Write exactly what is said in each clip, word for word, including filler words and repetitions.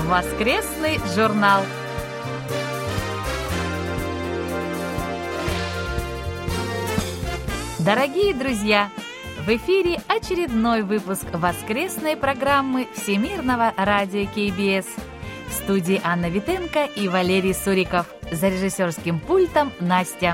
Воскресный журнал. Дорогие друзья, в эфире очередной выпуск воскресной программы Всемирного радио кей би эс. В студии Анна Витенко и Валерий Суриков. За режиссерским пультом Настя.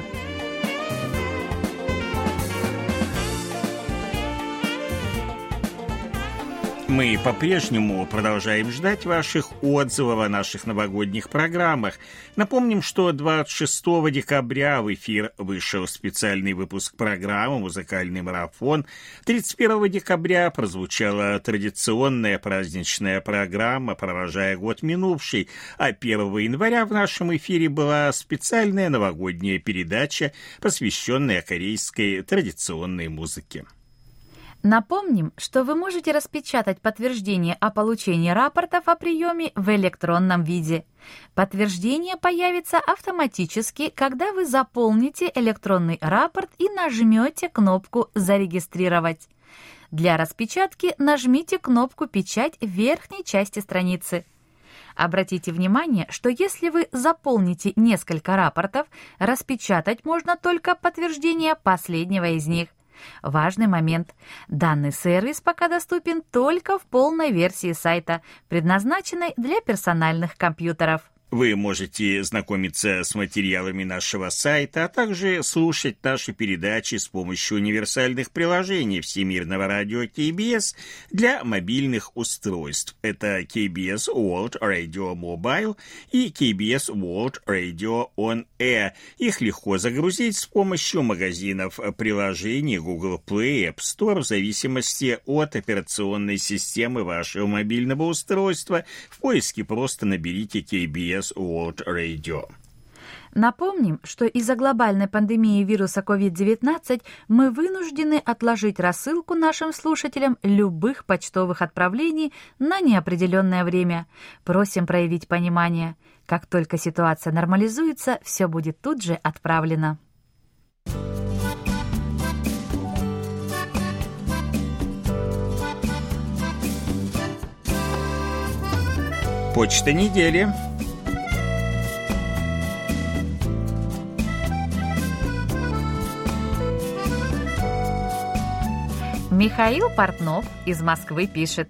Мы по-прежнему продолжаем ждать ваших отзывов о наших новогодних программах. Напомним, что двадцать шестого декабря в эфир вышел специальный выпуск программы «Музыкальный марафон». тридцать первого декабря прозвучала традиционная праздничная программа «Провожая год минувший», а первого января в нашем эфире была специальная новогодняя передача, посвященная корейской традиционной музыке. Напомним, что вы можете распечатать подтверждение о получении рапортов о приеме в электронном виде. Подтверждение появится автоматически, когда вы заполните электронный рапорт и нажмете кнопку «Зарегистрировать». Для распечатки нажмите кнопку «Печать» в верхней части страницы. Обратите внимание, что если вы заполните несколько рапортов, распечатать можно только подтверждение последнего из них. Важный момент. Данный сервис пока доступен только в полной версии сайта, предназначенной для персональных компьютеров. Вы можете знакомиться с материалами нашего сайта, а также слушать наши передачи с помощью универсальных приложений Всемирного радио кей би эс для мобильных устройств. Это кей би эс World Radio Mobile и кей би эс World Radio On Air. Их легко загрузить с помощью магазинов приложений Google Play и App Store в зависимости от операционной системы вашего мобильного устройства. В поиске просто наберите кей би эс World Radio. Напомним, что из-за глобальной пандемии вируса ковид девятнадцать мы вынуждены отложить рассылку нашим слушателям любых почтовых отправлений на неопределенное время. Просим проявить понимание. Как только ситуация нормализуется, все будет тут же отправлено. Почта недели. Михаил Портнов из Москвы пишет: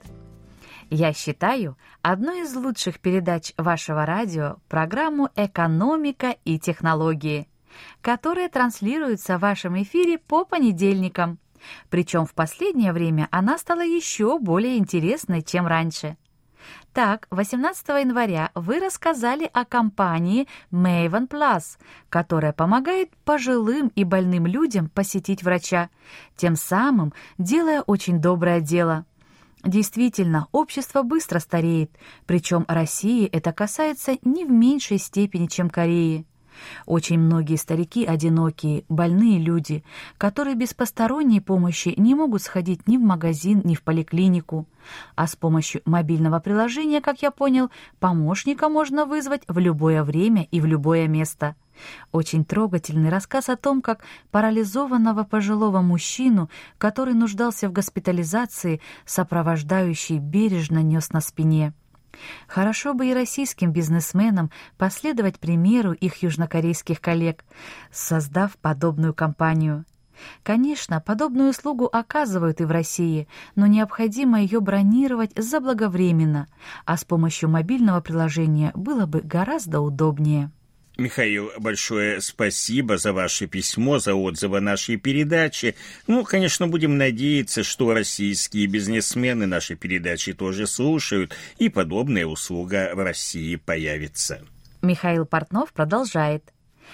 «Я считаю одной из лучших передач вашего радио программу «Экономика и технологии», которая транслируется в вашем эфире по понедельникам. Причем в последнее время она стала еще более интересной, чем раньше. Так, восемнадцатого января вы рассказали о компании Maven Plus, которая помогает пожилым и больным людям посетить врача, тем самым делая очень доброе дело. Действительно, общество быстро стареет, причем России это касается не в меньшей степени, чем Кореи. Очень многие старики одинокие, больные люди, которые без посторонней помощи не могут сходить ни в магазин, ни в поликлинику. А с помощью мобильного приложения, как я понял, помощника можно вызвать в любое время и в любое место. Очень трогательный рассказ о том, как парализованного пожилого мужчину, который нуждался в госпитализации, сопровождающий бережно нес на спине. Хорошо бы и российским бизнесменам последовать примеру их южнокорейских коллег, создав подобную компанию. Конечно, подобную услугу оказывают и в России, но необходимо ее бронировать заблаговременно, а с помощью мобильного приложения было бы гораздо удобнее. Михаил, большое спасибо за ваше письмо, за отзывы нашей передачи. Ну, конечно, будем надеяться, что российские бизнесмены наши передачи тоже слушают, и подобная услуга в России появится. Михаил Портнов продолжает.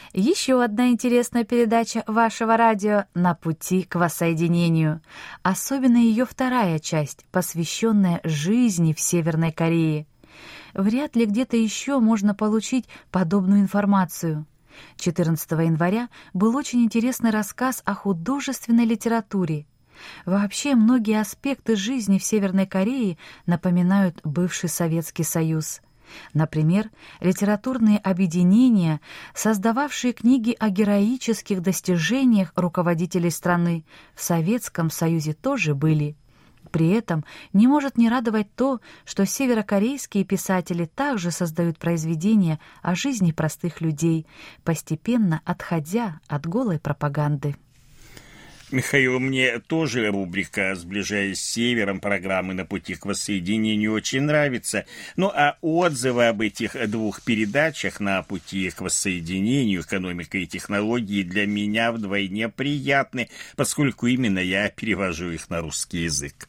Еще одна интересная передача вашего радио «На пути к воссоединению». Особенно ее вторая часть, посвященная жизни в Северной Корее. Вряд ли где-то еще можно получить подобную информацию. четырнадцатого января был очень интересный рассказ о художественной литературе. Вообще, многие аспекты жизни в Северной Корее напоминают бывший Советский Союз. Например, литературные объединения, создававшие книги о героических достижениях руководителей страны, в Советском Союзе тоже были. При этом не может не радовать то, что северокорейские писатели также создают произведения о жизни простых людей, постепенно отходя от голой пропаганды. Михаил, мне тоже рубрика «Сближаясь с Севером» программы «На пути к воссоединению» очень нравится. Ну а отзывы об этих двух передачах «На пути к воссоединению. Экономика и технологии» для меня вдвойне приятны, поскольку именно я перевожу их на русский язык.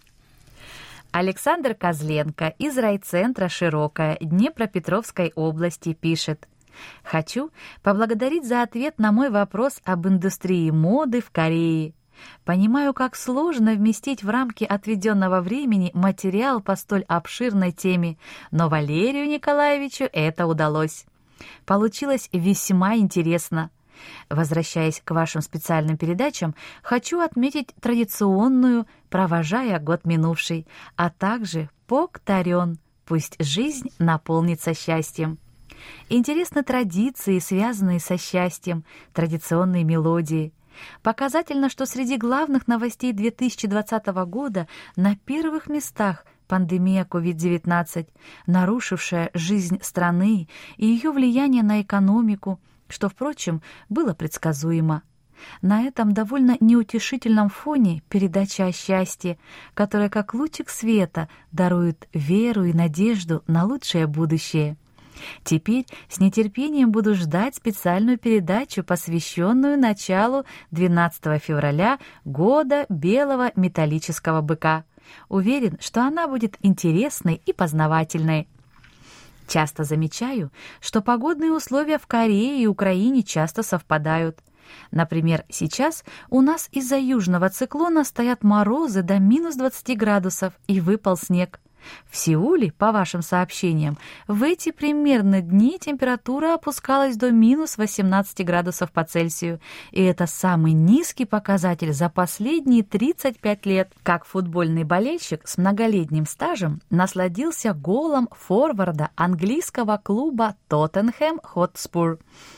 Александр Козленко из райцентра «Широкая» Днепропетровской области пишет: «Хочу поблагодарить за ответ на мой вопрос об индустрии моды в Корее. Понимаю, как сложно вместить в рамки отведенного времени материал по столь обширной теме, но Валерию Николаевичу это удалось. Получилось весьма интересно. Возвращаясь к вашим специальным передачам, хочу отметить традиционную «Провожая год минувший», а также «Поктарен. Пусть жизнь наполнится счастьем». Интересны традиции, связанные со счастьем, традиционные мелодии. Показательно, что среди главных новостей две тысячи двадцатого года на первых местах пандемия ковид девятнадцать, нарушившая жизнь страны и ее влияние на экономику, что, впрочем, было предсказуемо. На этом довольно неутешительном фоне передача о счастье, которая как лучик света дарует веру и надежду на лучшее будущее. Теперь с нетерпением буду ждать специальную передачу, посвященную началу двенадцатого февраля года белого металлического быка. Уверен, что она будет интересной и познавательной. Часто замечаю, что погодные условия в Корее и Украине часто совпадают. Например, сейчас у нас из-за южного циклона стоят морозы до минус двадцати градусов и выпал снег. В Сеуле, по вашим сообщениям, в эти примерно дни температура опускалась до минус восемнадцати градусов по Цельсию, и это самый низкий показатель за последние тридцать пять лет. Как футбольный болельщик с многолетним стажем насладился голом форварда английского клуба «Тоттенхэм Хотспур»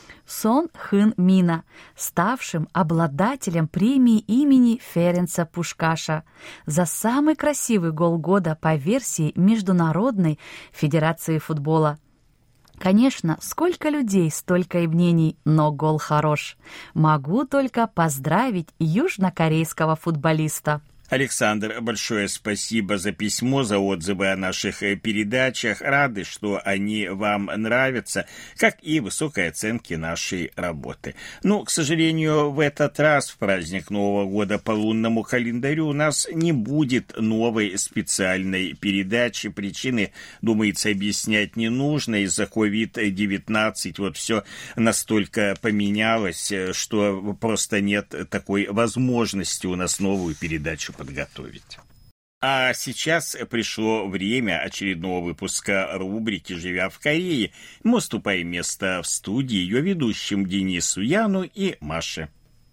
Сон Хын Мина, ставшим обладателем премии имени Ференца Пушкаша за самый красивый гол года по версии Международной Федерации футбола. Конечно, сколько людей, столько и мнений, но гол хорош. Могу только поздравить южнокорейского футболиста. Александр, большое спасибо за письмо, за отзывы о наших передачах. Рады, что они вам нравятся, как и высокой оценки нашей работы. Ну, к сожалению, в этот раз, в праздник Нового года по лунному календарю, у нас не будет новой специальной передачи. Причины, думается, объяснять не нужно. Из-за ковид девятнадцать вот все настолько поменялось, что просто нет такой возможности у нас новую передачу подготовить. А сейчас пришло время очередного выпуска рубрики «Живя в Корее». Мы уступаем место в студии ее ведущим Денису Яну и Маше.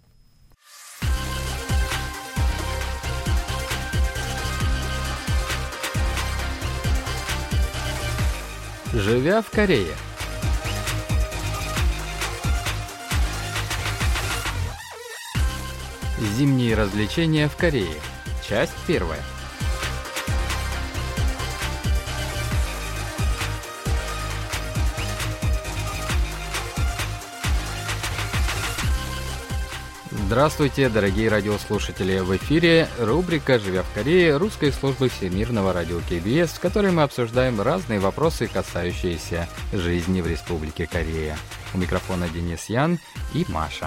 «Живя в Корее». Зимние развлечения в Корее. Часть первая. Здравствуйте, дорогие радиослушатели! В эфире рубрика «Живя в Корее» русской службы Всемирного радио кей би эс, в которой мы обсуждаем разные вопросы, касающиеся жизни в Республике Корея. У микрофона Денис Ян и Маша.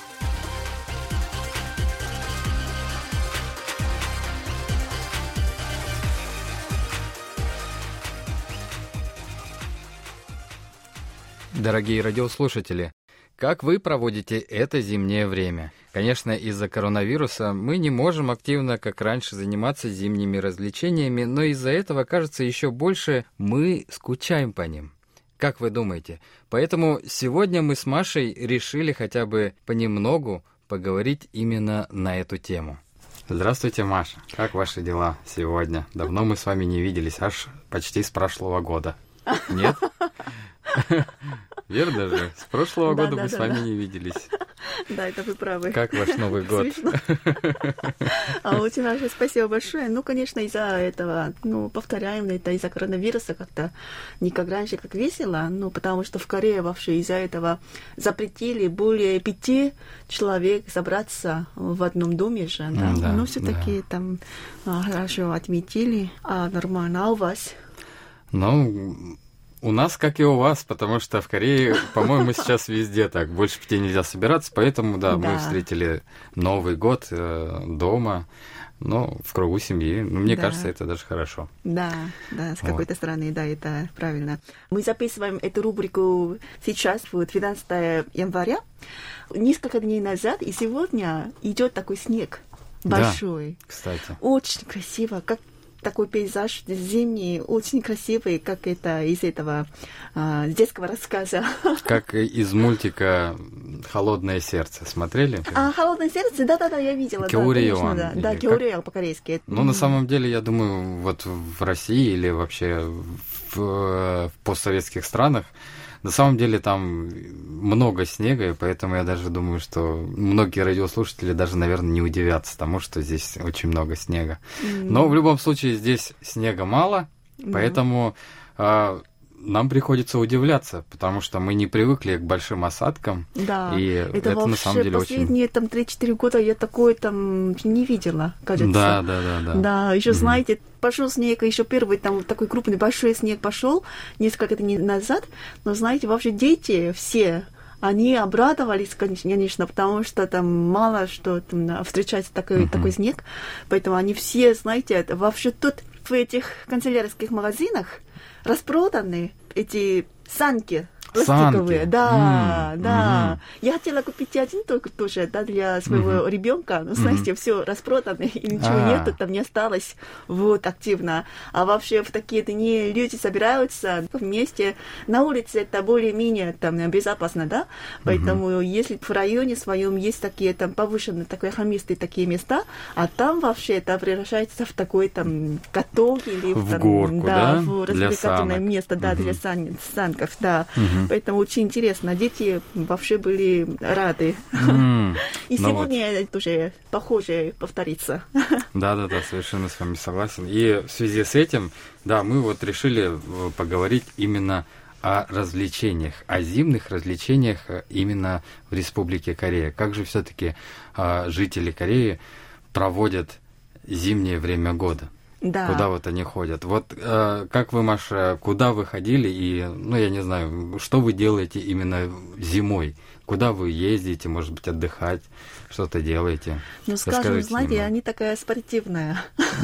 Дорогие радиослушатели, как вы проводите это зимнее время? Конечно, из-за коронавируса мы не можем активно, как раньше, заниматься зимними развлечениями, но из-за этого, кажется, еще больше мы скучаем по ним. Как вы думаете? Поэтому сегодня мы с Машей решили хотя бы понемногу поговорить именно на эту тему. Здравствуйте, Маша. Как ваши дела сегодня? Давно мы с вами не виделись, аж почти с прошлого года. Нет? Верно же? С прошлого Да, года да, мы с да, вами да. не виделись. Да, это вы правы. Как ваш Новый год? Смешно. А очень хорошо, спасибо большое. Ну, конечно, из-за этого, ну, повторяем, это из-за коронавируса как-то не как раньше, как весело, ну, потому что в Корее вообще из-за этого запретили более пяти человек собраться в одном доме же, да. Да, Но все-таки да. там а, хорошо отметили, а нормально. А у вас? Ну, у нас, как и у вас, потому что в Корее, по-моему, сейчас везде так. Больше пяти нельзя собираться, поэтому, да, мы Да. встретили Новый год э, дома, но в кругу семьи. Ну, мне Да. кажется, это даже хорошо. Да, да, с Вот. какой-то стороны, да, это правильно. Мы записываем эту рубрику сейчас, вот двенадцатого января, несколько дней назад, и сегодня идет такой снег Да. большой. Кстати. Очень красиво, как такой пейзаж зимний, очень красивый, как это из этого а, детского рассказа. Как из мультика «Холодное сердце». Смотрели? А «Холодное сердце», да-да-да, я видела. Кеурион, Да, конечно, да, или да, как? Кеурион по-корейски. Ну, на самом деле, я думаю, вот в России или вообще в, в постсоветских странах, на самом деле там много снега, и поэтому я даже думаю, что многие радиослушатели даже, наверное, не удивятся тому, что здесь очень много снега. Но в любом случае здесь снега мало, поэтому а, нам приходится удивляться, потому что мы не привыкли к большим осадкам. Да, и это, это вообще на самом деле очень... последние там три-четыре года я такое там не видела, кажется. Да, да, да, да. Да, еще Мгм. знаете, пошел снег, еще первый там такой крупный большой снег пошел несколько дней назад, но знаете, вообще дети все, они обрадовались, конечно, конечно, потому что там мало что там да, встречается такой, Мгм. такой снег, поэтому они все, знаете, это вообще тут в этих канцелярских магазинах распроданы эти санки пластиковые. Санки. Да, М, да. мгм. Я хотела купить один только тоже, да, для своего ребенка, но, знаете, все распродано, и ничего А. нету, там не осталось вот активно. А вообще в такие дни люди собираются вместе. На улице это более-менее там безопасно, да? Поэтому если в районе своем есть такие там повышенные, такие холмистые такие места, а там вообще это превращается в такой там каток или В там, горку, да? в Для развлекательное санок. место, да, Мгм. для сан- санков, да. Мгм. Поэтому очень интересно. Дети вообще были рады. М, И ну вот. сегодня тоже похоже повторится. Да-да-да, совершенно с вами согласен. И в связи с этим, да, мы вот решили э, поговорить именно о развлечениях, о зимних развлечениях э, именно в Республике Корея. Как же все-таки жители Кореи проводят зимнее время года? Да. Куда вот они ходят? Вот э, как вы, Маша, куда вы ходили и, ну, я не знаю, что вы делаете именно зимой? Куда вы ездите, может быть, отдыхать, что-то делаете? Ну, скажем, Расскажите знаете, немного. они такая спортивная.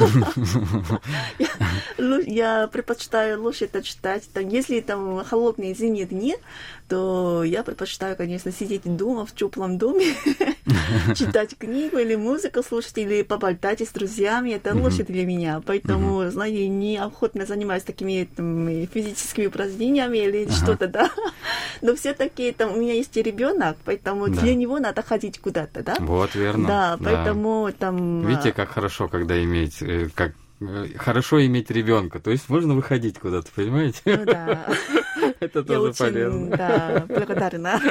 Я- лу- Я предпочитаю лучше это читать. Там, если там холодные зимние дни, то я предпочитаю, конечно, сидеть дома в теплом доме, читать книгу или музыку слушать, или поболтать с друзьями. Это лучше для меня. Поэтому, знаете, неохотно занимаюсь такими там, физическими упражнениями или Ага. что-то, да. Но все-таки там у меня есть и ребенок, поэтому Да. для него надо ходить куда-то, да. Вот, верно. Да, поэтому там... Видите, а, как хорошо, когда иметь, э, как э, хорошо иметь ребенка. То есть можно выходить куда-то, понимаете? ну да, Это я тоже очень, полезно. да, благодарна.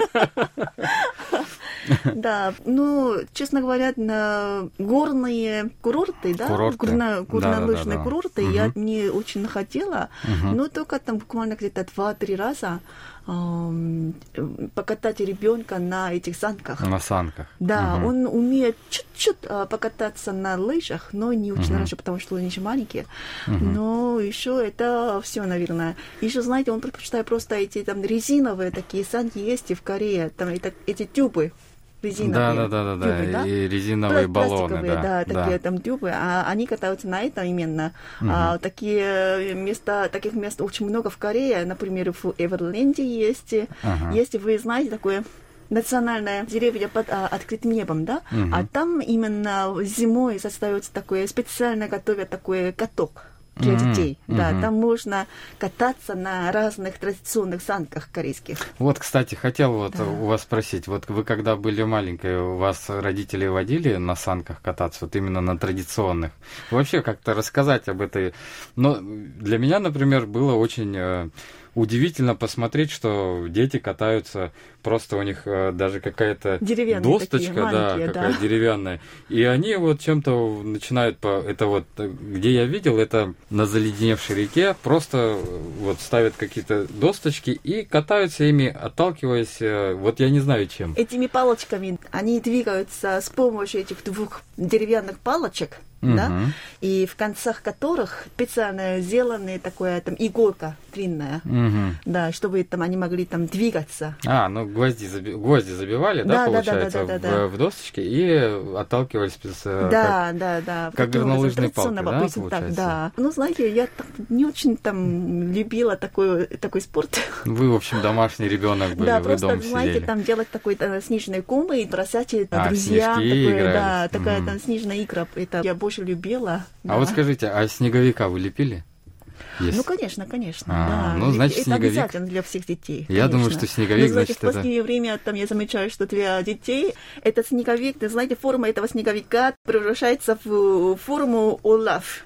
Да, ну, честно говоря, на горные курорты, да, Курорты. горно- горнолыжные Да-да-да-да. курорты Мгм. я не очень хотела, Мгм. но только там буквально где-то два-три раза ам, покатать ребенка на этих санках. На санках. Да, Мгм. он умеет чуть-чуть а, покататься на лыжах, но не очень Мгм. хорошо, потому что он еще маленький. Мгм. Но еще это все, наверное. Еще, знаете, он предпочитает просто эти там резиновые такие санки есть и в Корее, там это, эти тюбы резиновые. Да, да, да, да, тюбы, да. И резиновые Пла- баллоны, пластиковые, да. да, такие там тюбы, а они катаются на этом именно. Мгм. А, такие места, таких мест очень много в Корее, например, в Эверленде есть. Ага. Если вы знаете такое национальное деревья под а, открытым небом, да, Мгм. а там именно зимой создается такое, специально готовят такой каток для Мгм, детей. Да, мгм. там можно кататься на разных традиционных санках корейских. Вот, кстати, хотел вот Да. у вас спросить, вот вы когда были маленькой, у вас родители водили на санках кататься, вот именно на традиционных? Вообще как-то рассказать об этой... Но для меня, например, было очень... э, удивительно посмотреть, что дети катаются, просто у них э, даже какая-то досточка, да, какая да. деревянная, и они вот чем-то начинают по... Это вот, где я видел, это на заледеневшей реке, просто вот ставят какие-то досточки и катаются ими, отталкиваясь, э, вот я не знаю чем. Этими палочками они двигаются с помощью этих двух деревянных палочек, uh-huh. да, и в концах которых специально сделаны такая там иголка длинная, uh-huh. да, чтобы там они могли там двигаться. А, ну гвозди, заби... гвозди забивали, да, да получается, да, да, да, да, в, в досточке и отталкивались без... Да, как, да, да. Как горнолыжные палки, да, получается? Так, да. Ну, знаете, я так не очень там любила такой, такой спорт. Вы, в общем, домашний ребенок были, да, вы просто, дома знаете, сидели. Там делать такой там, снежные комы и бросать а, друзьям. Такое, да, игрались. такая mm. там снежная игра. Это я больше любила. А да. вот скажите, а снеговика вы лепили? Есть. Ну, конечно, конечно, а, да. Ну, значит, это снеговик... обязательно для всех детей. Я конечно. думаю, что снеговик, но, знаете, значит, в последнее это... время там, я замечаю, что для детей этот снеговик, ты знаете, форма этого снеговика превращается в форму Олаф.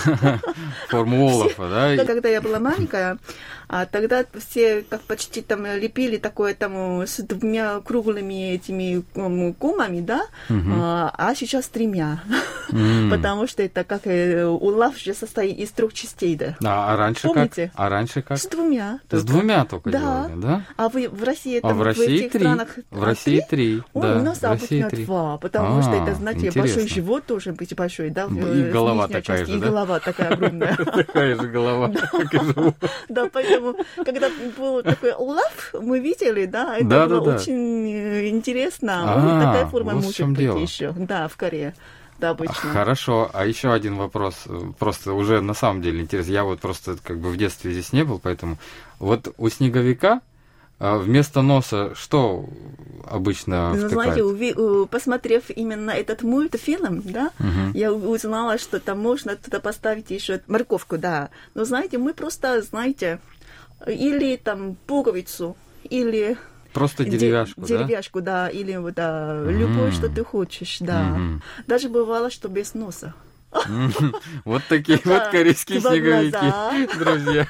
Форму Олафа, да? Когда я была маленькая, а тогда все как почти там лепили такое там с двумя круглыми этими комами, да, uh-huh. а сейчас тремя, mm. потому что это как Олаф же состоит из трех частей, да. А, а раньше помните? как? А раньше как? С двумя. С только. двумя только да. делали, да? А вы в России там а в, России в этих три. странах в России три, Ой, да. у нас в России обычно три. два, потому а, что это, знаете, интересно. большой живот должен быть большой, да, и голова такая части, же, и да? голова такая огромная. Такая же голова, как и живот. Да, поэтому, когда был такой Олаф, мы видели, да, это да, было да, да. очень интересно. А, такая форма вот может быть еще. Да, в Корее. Да, обычно. Хорошо. А еще один вопрос, просто уже на самом деле интересно. Я вот просто как бы в детстве здесь не был, поэтому вот у снеговика вместо носа что обычно ну, втыкают? Знаете, уви- посмотрев именно этот мультфильм, да, uh-huh. я узнала, что там можно туда поставить еще морковку, да. Но знаете, мы просто, знаете, или там пуговицу, или просто деревяшку, де- да? Деревяшку, да, или да, mm. любое, что ты хочешь, да. Mm-hmm. Даже бывало, что без носа. Вот такие вот корейские снеговики, друзья.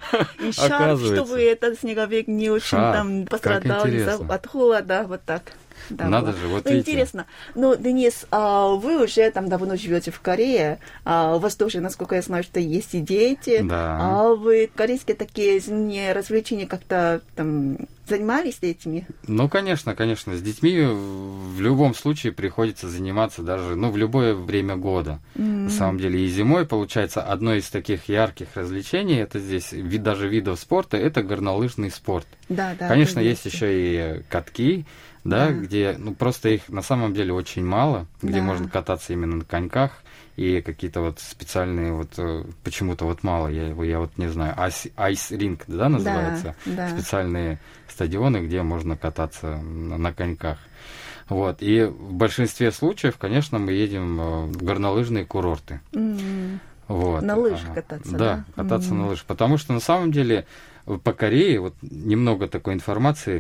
И шарф, чтобы этот снеговик не очень там пострадал от холода, вот так. Да, Надо было. же, вот ну, видите. Интересно. Ну, Денис, а вы уже там давно живете в Корее, а у вас тоже, насколько я знаю, что есть и дети. Да. А вы корейские такие зимние развлечения как-то там занимались этими? Ну, конечно, конечно. С детьми в любом случае приходится заниматься даже, ну, в любое время года. Mm-hmm. На самом деле, и зимой, получается, одно из таких ярких развлечений, это здесь вид, даже видов спорта, это горнолыжный спорт. Да, да. Конечно, есть еще и катки, да, да, где, ну, просто их на самом деле очень мало, где да. можно кататься именно на коньках, и какие-то вот специальные вот, почему-то вот мало, я, я вот не знаю, айс-ринг, да, называется, да, да. специальные стадионы, где можно кататься на, на коньках. Вот, и в большинстве случаев, конечно, мы едем в горнолыжные курорты. Mm-hmm. Вот. На лыжах кататься, да? Да, кататься mm-hmm. на лыжах, потому что на самом деле по Корее, вот немного такой информации,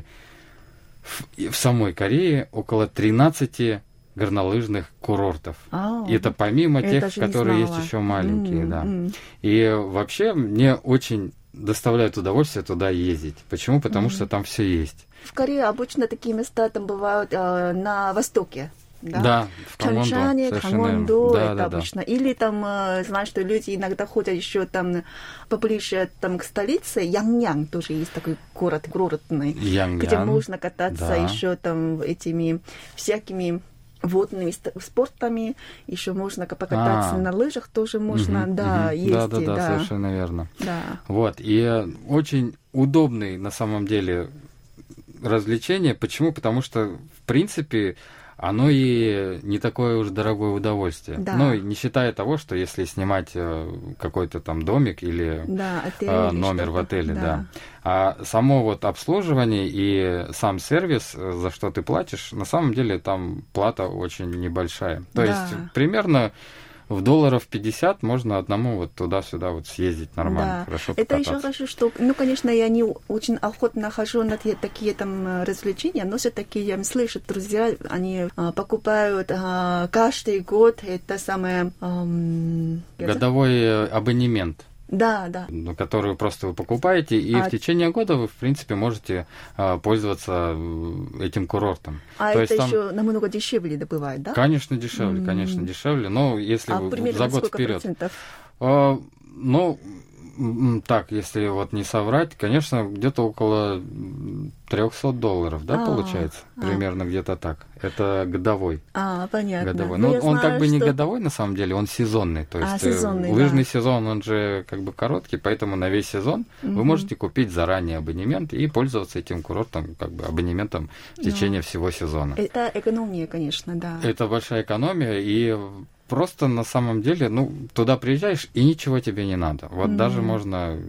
в, в самой Корее около тринадцати горнолыжных курортов. Oh, и это помимо тех, которые есть еще маленькие, mm-hmm. да. И вообще мне очень доставляет удовольствие туда ездить. Почему? Потому mm-hmm. что там все есть. В Корее обычно такие места там бывают э, на востоке. Да, да, в Камонду. Чоншане, Камонду, да, это да, обычно. Да. Или там, э, знаешь, что люди иногда ходят еще там поближе там, к столице. Яньян тоже есть такой город курортный, Яньян. где можно кататься да. еще там этими всякими водными спортами, еще можно покататься а, на лыжах, тоже можно, угу, да, угу. ездить. Да, да, да, да, совершенно верно. Да. Вот, и очень удобный на самом деле развлечение. Почему? Потому что, в принципе, оно и не такое уж дорогое удовольствие. Да. Ну, не считая того, что если снимать какой-то там домик или да, отель, э, или номер что-то. в отеле, да. да. А само вот обслуживание и сам сервис, за что ты платишь, на самом деле там плата очень небольшая. То да. есть примерно в долларов пятьдесят можно одному вот туда-сюда вот съездить нормально, да. хорошо Это покататься. еще хорошо, что, ну, конечно, я не очень охотно хожу на те, такие там развлечения, но все-таки я слышу, друзья, они а, покупают а, каждый год это самое... Ам, годовой абонемент. Да, да. Которую просто вы покупаете, и а... в течение года вы, в принципе, можете а, пользоваться этим курортом. А То это есть, еще там... намного дешевле добывает, да? Конечно, дешевле, mm-hmm. конечно, дешевле. Но если а вы примерно за год сколько вперед. Процентов? А, ну, так, если вот не соврать, конечно, где-то около триста долларов, да, а, получается? А. Примерно где-то так. Это годовой. А, понятно. Годовой. Но, Но он знаю, как бы что... не годовой, на самом деле, он сезонный. То есть а, сезонный, лыжный да. сезон, он же как бы короткий, поэтому на весь сезон угу. вы можете купить заранее абонемент и пользоваться этим курортом, как бы абонементом в течение ну, всего сезона. Это экономия, конечно, да. Это большая экономия, и просто на самом деле, ну, туда приезжаешь, и ничего тебе не надо. Вот mm-hmm. даже можно,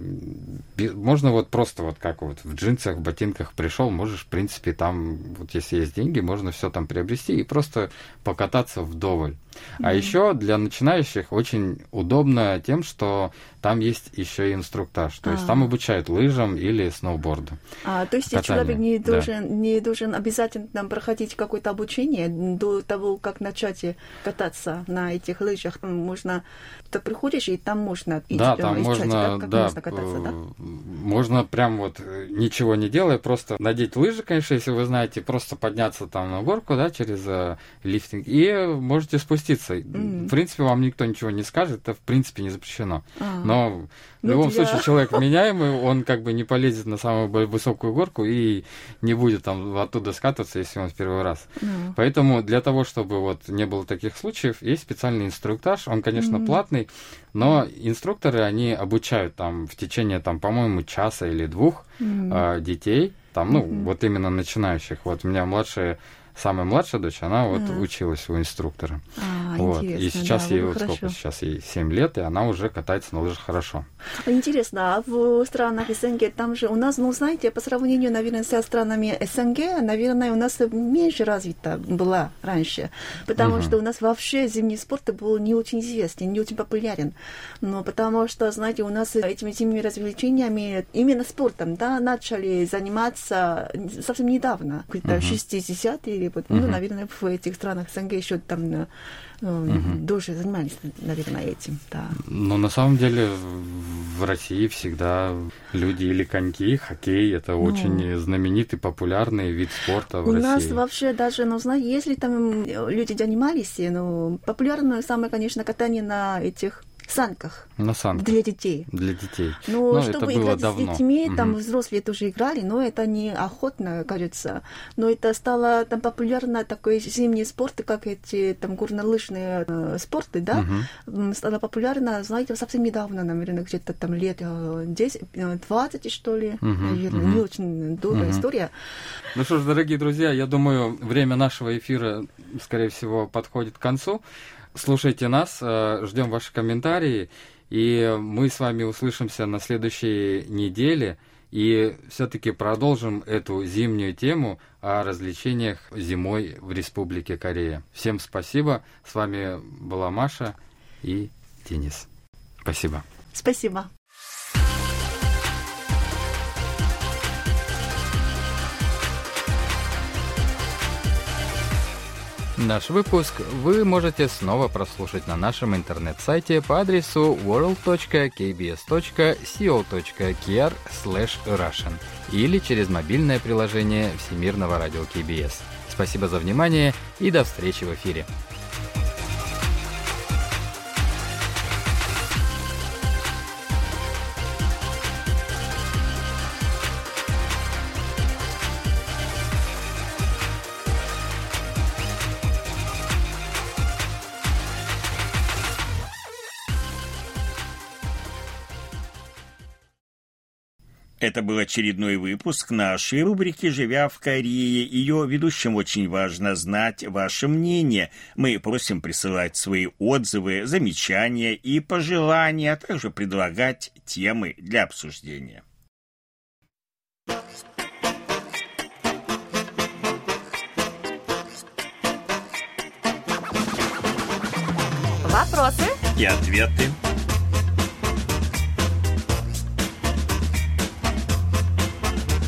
можно вот просто вот как вот в джинсах, в ботинках пришел, можешь, в принципе, там, вот если есть деньги, можно все там приобрести и просто покататься вдоволь. Mm-hmm. А еще для начинающих очень удобно тем, что там есть еще и инструктаж. То а. есть там обучают лыжам или сноуборду. А, то есть Катание. Человек не должен, да. не должен обязательно там проходить какое-то обучение до того, как начать кататься на этих лыжах. Можно, ты приходишь, и там можно да, там изучать, можно, как, как да, можно кататься, да? Можно прям вот ничего не делая, просто надеть лыжи, конечно, если вы знаете, просто подняться там на горку, да, через uh, лифтинг, и можете спуститься. Mm. В принципе, вам никто ничего не скажет, это в принципе не запрещено. Ah. Но в ну, любом тебя... случае человек вменяемый, он как бы не полезет на самую высокую горку и не будет там оттуда скатываться, если он в первый раз. Mm. Поэтому для того, чтобы вот не было таких случаев, есть специальный инструктаж, он, конечно, mm. платный, но инструкторы, они обучают там в течение, там, по-моему, часа или двух mm. э, детей, там, ну, mm-hmm. вот именно начинающих. Вот у меня младшая Самая младшая дочь, она вот а. училась у инструктора. А, вот. И сейчас да, ей вот хорошо. сколько? Сейчас ей семь лет, и она уже катается на лыжах хорошо. Интересно, а в странах СНГ там же у нас, ну, знаете, по сравнению, наверное, со странами СНГ, наверное, у нас меньше развита была раньше, потому угу. что у нас вообще зимний спорт был не очень известен, не очень популярен. Но потому что, знаете, у нас этими зимними развлечениями, именно спортом, да, начали заниматься совсем недавно, где-то угу. шестидесятые. Вот, uh-huh. Ну, наверное, в этих странах СНГ еще там э, uh-huh. дольше занимались, наверное, этим. Да. Но на самом деле в России всегда люди или коньки, хоккей, это ну, очень знаменитый, популярный вид спорта в у России. У нас вообще даже, ну, знаете, если там люди занимались, ну, популярное самое, конечно, катание на этих санках. На санках. Для детей. Для детей. Ну, но чтобы это было играть давно. с детьми, угу. там взрослые тоже играли, но это не охотно, кажется. Но это стало там популярно такой зимний спорт, как эти там горнолыжные э, спорты, да, угу. стало популярно, знаете, совсем недавно, наверное, где-то там лет десять, двадцать, что ли, угу. наверное, угу. не очень долгая угу. история. Ну что ж, дорогие друзья, я думаю, время нашего эфира, скорее всего, подходит к концу. Слушайте нас, ждем ваши комментарии, и мы с вами услышимся на следующей неделе, и все-таки продолжим эту зимнюю тему о развлечениях зимой в Республике Корея. Всем спасибо, с вами была Маша и Денис. Спасибо. Спасибо. Наш выпуск вы можете снова прослушать на нашем интернет-сайте по адресу world точка кей би эс точка ко точка кей ар слэш russian или через мобильное приложение Всемирного радио кей би эс. Спасибо за внимание и до встречи в эфире. Это был очередной выпуск нашей рубрики «Живя в Корее». Ее ведущим очень важно знать ваше мнение. Мы просим присылать свои отзывы, замечания и пожелания, а также предлагать темы для обсуждения. Вопросы и ответы.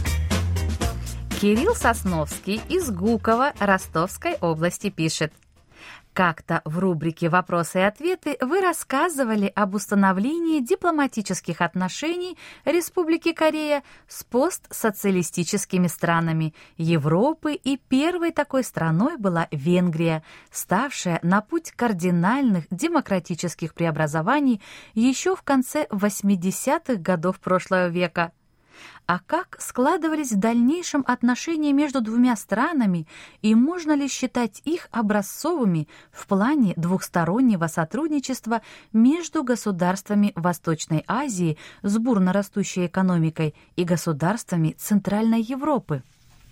Кирилл Сосновский из Гуково Ростовской области пишет. Как-то в рубрике «Вопросы и ответы» вы рассказывали об установлении дипломатических отношений Республики Корея с постсоциалистическими странами Европы, и первой такой страной была Венгрия, ставшая на путь кардинальных демократических преобразований еще в конце восьмидесятых годов прошлого века. А как складывались в дальнейшем отношения между двумя странами, и можно ли считать их образцовыми в плане двухстороннего сотрудничества между государствами Восточной Азии с бурно растущей экономикой и государствами Центральной Европы?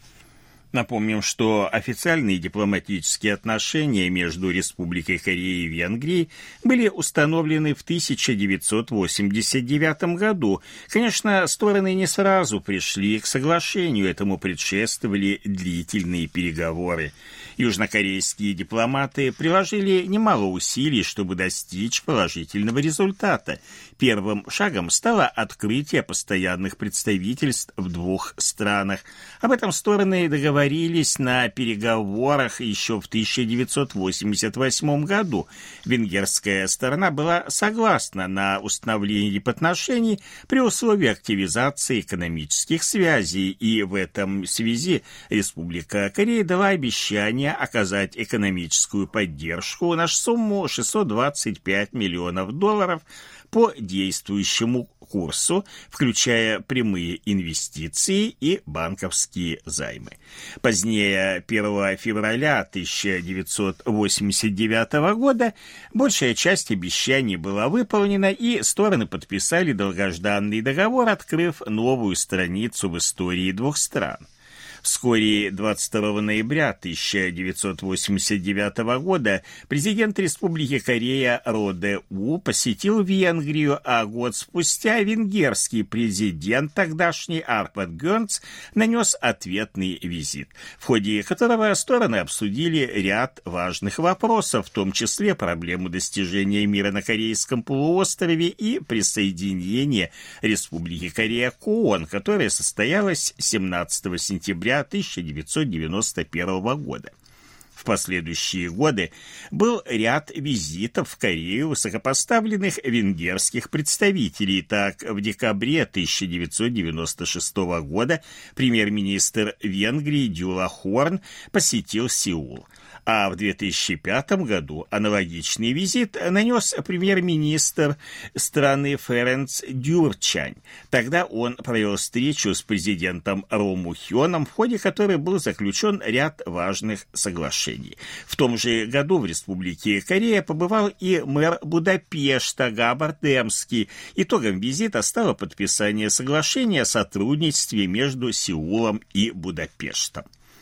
Напомним, что официальные дипломатические отношения между Республикой Корея и Венгрией были установлены в тысяча девятьсот восемьдесят девятом году. Конечно, стороны не сразу пришли к соглашению, этому предшествовали длительные переговоры. Южнокорейские дипломаты приложили немало усилий, чтобы достичь положительного результата. Первым шагом стало открытие постоянных представительств в двух странах. Об этом стороны договорились на переговорах еще в тысяча девятьсот восемьдесят восьмом году. Венгерская сторона была согласна на установление дипотношений при условии активизации экономических связей, и в этом связи Республика Корея дала обещание оказать экономическую поддержку на сумму шестьсот двадцать пять миллионов долларов по действующему курсу, включая прямые инвестиции и банковские займы. Позднее, первого февраля тысяча девятьсот восемьдесят девятого года, большая часть обещаний была выполнена, и стороны подписали долгожданный договор, открыв новую страницу в истории двух стран. Вскоре, двадцать второго ноября тысяча девятьсот восемьдесят девятого года, президент Республики Корея Ро Дэ-у посетил Венгрию, а год спустя венгерский президент, тогдашний Арпад Гёнц, нанес ответный визит, в ходе которого стороны обсудили ряд важных вопросов, в том числе проблему достижения мира на Корейском полуострове и присоединения Республики Корея к ООН, которое состоялось семнадцатого сентября тысяча девятьсот девяносто первого года. В последующие годы был ряд визитов в Корею высокопоставленных венгерских представителей. Так, в декабре тысяча девятьсот девяносто шестого года премьер-министр Венгрии Дюла Хорн посетил Сеул. А в две тысячи пятом году аналогичный визит нанес премьер-министр страны Ференц Дюрчань. Тогда он провел встречу с президентом Ро Му Хёном, в ходе которой был заключен ряд важных соглашений. В том же году в Республике Корея побывал и мэр Будапешта Габар Демский. Итогом визита стало подписание соглашения о сотрудничестве между Сеулом и Будапештом.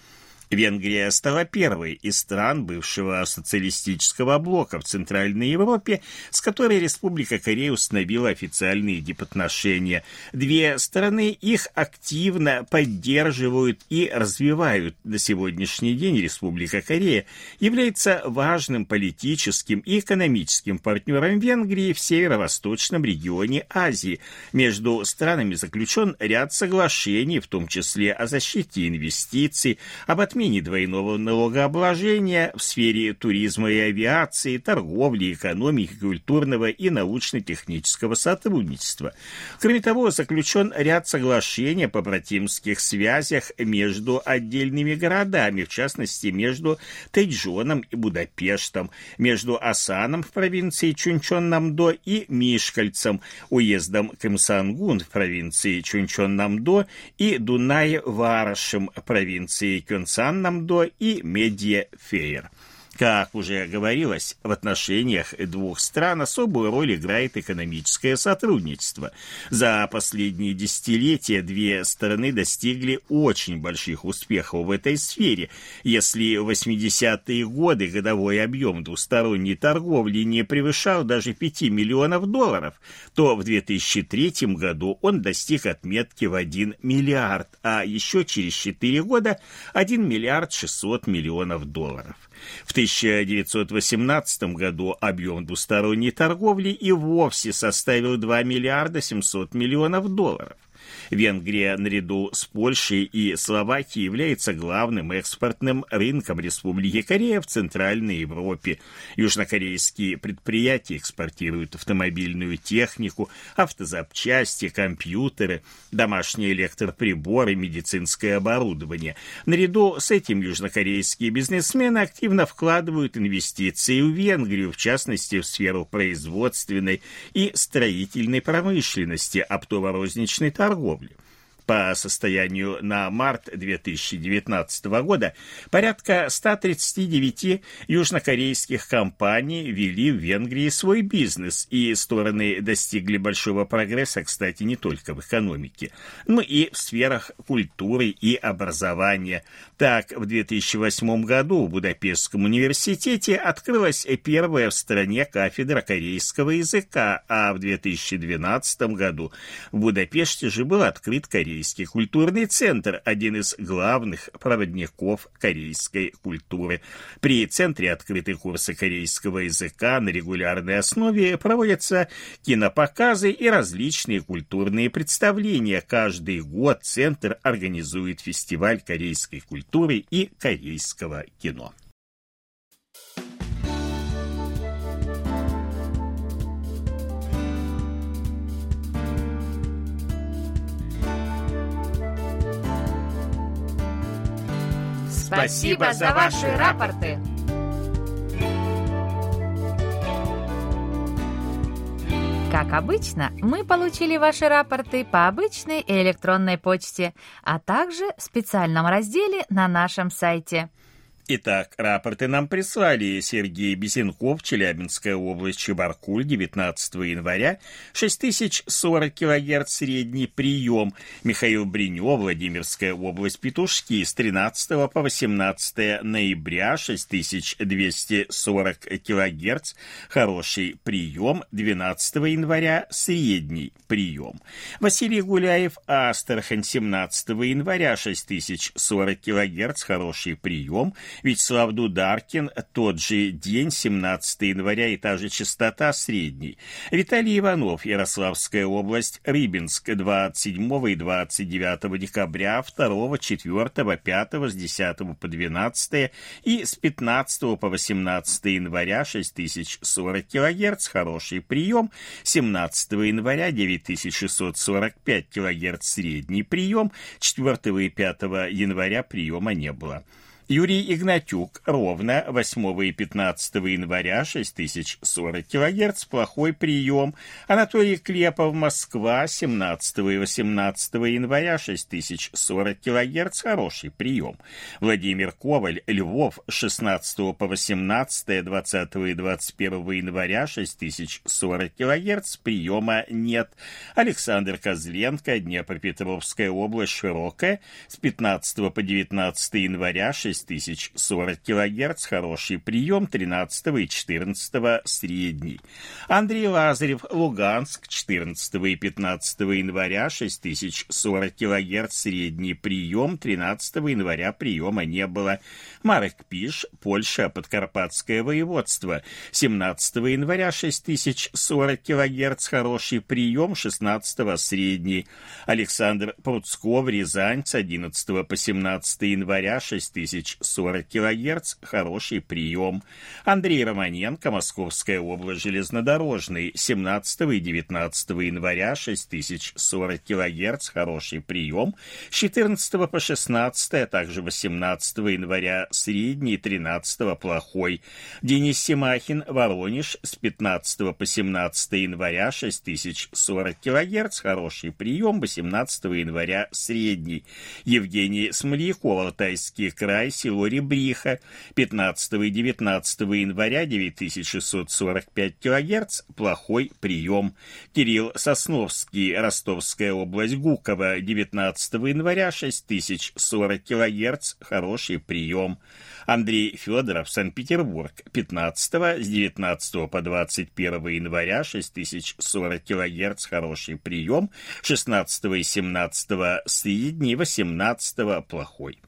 Венгрия стала первой из стран бывшего социалистического блока в Центральной Европе, с которой Республика Корея установила официальные дипотношения. Две страны их активно поддерживают и развивают. На сегодняшний день Республика Корея является важным политическим и экономическим партнером Венгрии в северо-восточном регионе Азии. Между странами заключен ряд соглашений, в том числе о защите инвестиций, об отмене двойного налогообложения в сфере туризма и авиации, торговли, экономики, культурного и научно-технического сотрудничества. Кроме того, заключен ряд соглашений о побратимских связях между отдельными городами, в частности, между Тэджоном и Будапештом, между Осаном в провинции Чунчон-Намдо и Мишкальцем, уездом Кымсангун в провинции Чунчон-Намдо и Дунай-Варашем в провинции Кёнсан Намдо и Медье-Фейер. Как уже говорилось, в отношениях двух стран особую роль играет экономическое сотрудничество. За последние десятилетия две стороны достигли очень больших успехов в этой сфере. Если в восьмидесятые годы годовой объем двусторонней торговли не превышал даже пяти миллионов долларов, то в две тысячи третьем году он достиг отметки в один миллиард, а еще через четыре года один миллиард шестьсот миллионов долларов. В тысяча девятьсот восемнадцатом году объем двусторонней торговли и вовсе составил два миллиарда семьсот миллионов долларов. Венгрия наряду с Польшей и Словакией является главным экспортным рынком Республики Корея в Центральной Европе. Южнокорейские предприятия экспортируют автомобильную технику, автозапчасти, компьютеры, домашние электроприборы, медицинское оборудование. Наряду с этим южнокорейские бизнесмены активно вкладывают инвестиции в Венгрию, в частности, в сферу производственной и строительной промышленности, оптово-розничной торговли. По состоянию на март две тысячи девятнадцатого года порядка ста тридцати девяти южнокорейских компаний вели в Венгрии свой бизнес, и стороны достигли большого прогресса, кстати, не только в экономике, но и в сферах культуры и образования. Так, в две тысячи восьмом году в Будапештском университете открылась первая в стране кафедра корейского языка, а в две тысячи двенадцатом году в Будапеште же был открыт корейский Корейский культурный центр, один из главных проводников корейской культуры. При центре открыты курсы корейского языка, на регулярной основе проводятся кинопоказы и различные культурные представления. Каждый год центр организует фестиваль корейской культуры и корейского кино. Спасибо за ваши рапорты. Как обычно, мы получили ваши рапорты по обычной и электронной почте, а также в специальном разделе на нашем сайте. Итак, рапорты нам прислали Сергей Бесенков, Челябинская область, Чебаркуль, девятнадцатого января, шесть тысяч сорок килогерц средний прием. Михаил Бринев, Владимирская область, Петушки, с тринадцатого по восемнадцатое ноября, шесть тысяч двести сорок килогерц, хороший прием. двенадцатого января, средний прием. Василий Гуляев, Астрахань, семнадцатого января, шесть тысяч сорок килогерц, хороший прием. Вячеслав Дударкин, тот же день, семнадцатого января, и та же частота, средний. Виталий Иванов, Ярославская область, Рыбинск, двадцать седьмого и двадцать девятого декабря, второго, четвёртого, пятого, с десятого по двенадцатое и с пятнадцатого по восемнадцатое января, шесть тысяч сорок килогерц, хороший прием. семнадцатого января, девять тысяч шестьсот сорок пять килогерц, средний прием. четвёртого и пятого января приема не было. Юрий Игнатюк, Ровно, восьмого и пятнадцатого января, шесть тысяч сорок килогерц, плохой прием. Анатолий Клепов, Москва, семнадцатого и восемнадцатого января, шесть тысяч сорок килогерц, хороший прием. Владимир Коваль, Львов, шестнадцатого по восемнадцатое, двадцатого и двадцать первого января, шесть тысяч сорок килогерц, приема нет. Александр Козленко, Днепропетровская область, Широкая, с пятнадцатого по девятнадцатое января, шесть тысяч сорок килогерц, хороший прием. тринадцатого и четырнадцатого, средний. Андрей Лазарев, Луганск, четырнадцатого и пятнадцатого января, шесть тысяч сорок килогерц, средний прием. тринадцатого января приема не было. Марек Пиш, Польша, Подкарпатское воеводство, семнадцатого января, шесть тысяч сорок килогерц, хороший прием. шестнадцатого, средний. Александр Пруцков, Рязань, с одиннадцатого по семнадцатое января, шесть тысяч сорок килогерц, хороший прием. Андрей Романенко, Московская область, железнодорожный, семнадцатого и девятнадцатого января, шесть тысяч сорок килогерц, хороший прием. С четырнадцатого по шестнадцатое, а также восемнадцатого января, средний, тринадцатого, плохой. Денис Семахин, Воронеж, с пятнадцатого по семнадцатое января, шесть тысяч сорок килогерц, хороший прием. восемнадцатого января, средний. Евгений Смоляков, Алтайский край, село Ребриха, пятнадцатого и девятнадцатого января, девять тысяч шестьсот сорок пять килогерц, плохой прием. Кирилл Сосновский, Ростовская область, Гуково, девятнадцатого января, шесть тысяч сорок килогерц, хороший прием. Андрей Федоров, Санкт-Петербург, пятнадцатого, с девятнадцатого по двадцать первого января, шесть тысяч сорок килогерц, хороший прием. шестнадцатого и семнадцатого, средний. восемнадцатого, плохой.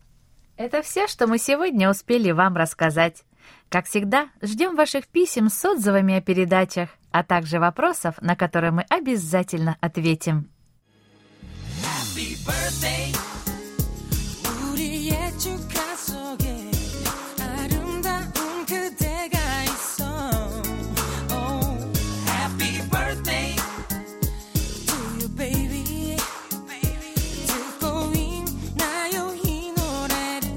Это все, что мы сегодня успели вам рассказать. Как всегда, ждем ваших писем с отзывами о передачах, а также вопросов, на которые мы обязательно ответим. birthday. 우리의 축하 속에 아름다운 그대가 있어. Oh, happy birthday to you, baby. 듣고 있나요 이 노래를.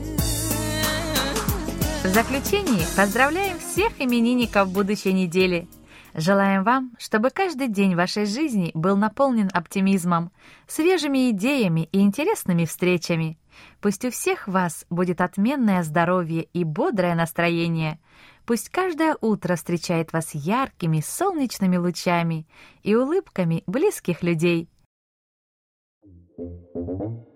В заключение поздравляем всех именинников будущей недели. Желаем вам, чтобы каждый день вашей жизни был наполнен оптимизмом, свежими идеями и интересными встречами. Пусть у всех вас будет отменное здоровье и бодрое настроение. Пусть каждое утро встречает вас яркими солнечными лучами и улыбками близких людей. Thank you.